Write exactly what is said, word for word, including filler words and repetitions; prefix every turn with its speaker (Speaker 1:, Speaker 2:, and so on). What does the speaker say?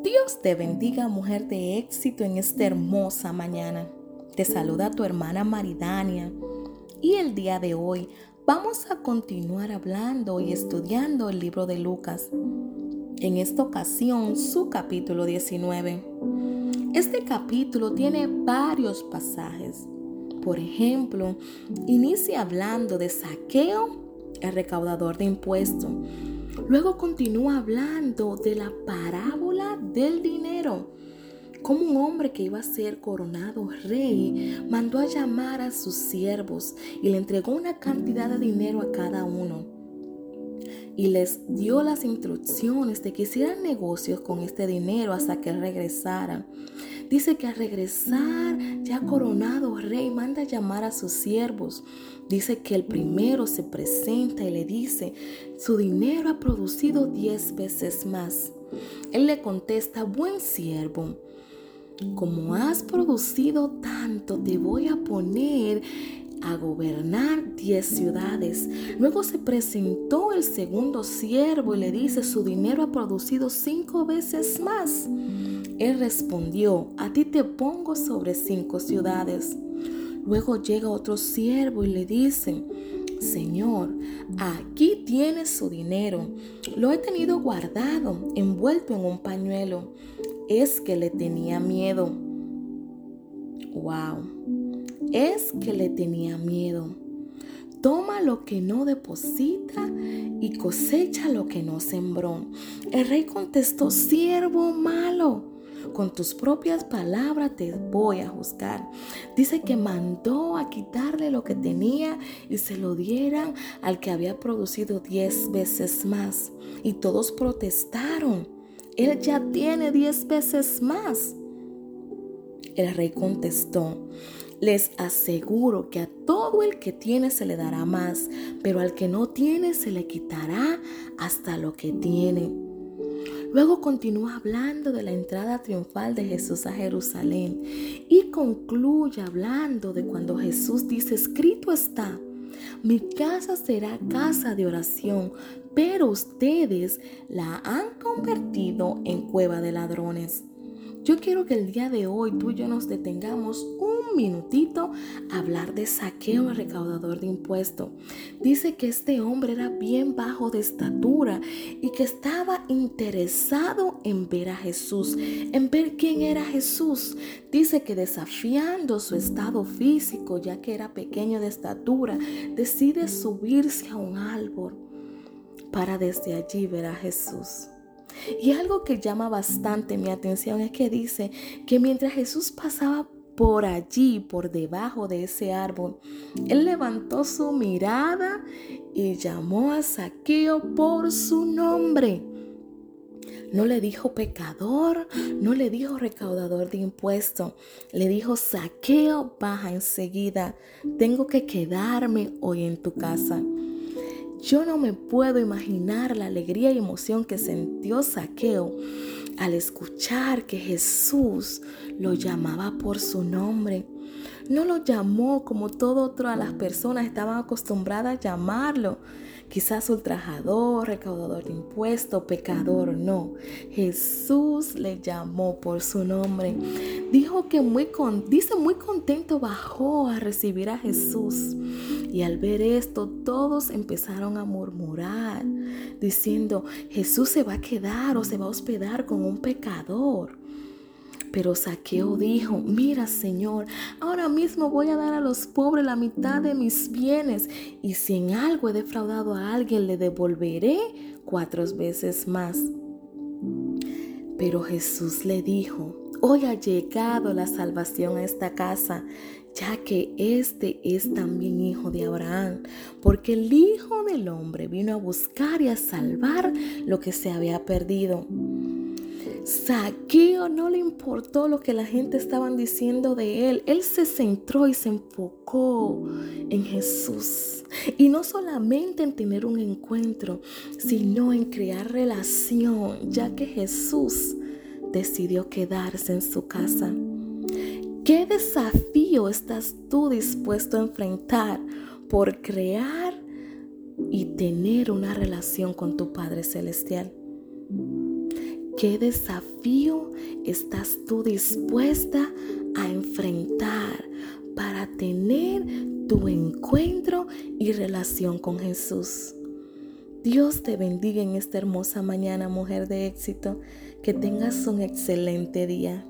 Speaker 1: Dios te bendiga, mujer de éxito, en esta hermosa mañana. Te saluda tu hermana Maridania y el día de hoy vamos a continuar hablando y estudiando el libro de Lucas. En esta ocasión, su capítulo diecinueve. Este capítulo tiene varios pasajes. Por ejemplo, inicia hablando de Zaqueo, el recaudador de impuestos. Luego continúa hablando de la parábola del dinero. Como un hombre que iba a ser coronado rey mandó a llamar a sus siervos y le entregó una cantidad de dinero a cada uno. Y les dio las instrucciones de que hicieran negocios con este dinero hasta que él regresara. Dice que al regresar, ya coronado rey, manda a llamar a sus siervos. Dice que el primero se presenta y le dice, su dinero ha producido diez veces más. Él le contesta, buen siervo, como has producido tanto, te voy a poner a gobernar diez ciudades. Luego se presentó el segundo siervo y le dice, su dinero ha producido cinco veces más. Él respondió, a ti te pongo sobre cinco ciudades. Luego llega otro siervo y le dice, Señor, aquí tienes su dinero. Lo he tenido guardado, envuelto en un pañuelo. Es que le tenía miedo. Wow. Es que le tenía miedo. Toma lo que no deposita y cosecha lo que no sembró. El rey contestó, siervo malo, con tus propias palabras te voy a juzgar. Dice que mandó a quitarle lo que tenía y se lo dieran al que había producido diez veces más. Y todos protestaron. Él ya tiene diez veces más. El rey contestó, les aseguro que a todo el que tiene se le dará más, pero al que no tiene se le quitará hasta lo que tiene. Luego continúa hablando de la entrada triunfal de Jesús a Jerusalén y concluye hablando de cuando Jesús dice, escrito está, mi casa será casa de oración, pero ustedes la han convertido en cueva de ladrones. Yo quiero que el día de hoy tú y yo nos detengamos un minutito a hablar de Zaqueo, el recaudador de impuestos. Dice que este hombre era bien bajo de estatura y que estaba interesado en ver a Jesús, en ver quién era Jesús. Dice que desafiando su estado físico, ya que era pequeño de estatura, decide subirse a un árbol para desde allí ver a Jesús. Y algo que llama bastante mi atención es que dice que mientras Jesús pasaba por allí, por debajo de ese árbol, él levantó su mirada y llamó a Zaqueo por su nombre. No le dijo pecador, no le dijo recaudador de impuestos. Le dijo, Zaqueo, baja enseguida. Tengo que quedarme hoy en tu casa. Yo no me puedo imaginar la alegría y emoción que sintió Zaqueo al escuchar que Jesús lo llamaba por su nombre. No lo llamó como todo otro a las personas estaban acostumbradas a llamarlo. Quizás ultrajador, recaudador de impuestos, pecador, no. Jesús le llamó por su nombre. Dijo que muy con, dice muy contento bajó a recibir a Jesús. Y al ver esto, todos empezaron a murmurar, diciendo, Jesús se va a quedar o se va a hospedar con un pecador. Pero Zaqueo dijo, mira Señor, ahora mismo voy a dar a los pobres la mitad de mis bienes y si en algo he defraudado a alguien le devolveré cuatro veces más. Pero Jesús le dijo, hoy ha llegado la salvación a esta casa, ya que este es también hijo de Abraham, porque el Hijo del Hombre vino a buscar y a salvar lo que se había perdido. Zaqueo no le importó lo que la gente estaba diciendo de él. Él se centró y se enfocó en Jesús. Y no solamente en tener un encuentro, sino en crear relación, ya que Jesús decidió quedarse en su casa. ¿Qué desafío estás tú dispuesto a enfrentar por crear y tener una relación con tu Padre Celestial? ¿Qué desafío estás tú dispuesta a enfrentar para tener tu encuentro y relación con Jesús? Dios te bendiga en esta hermosa mañana, mujer de éxito. Que tengas un excelente día.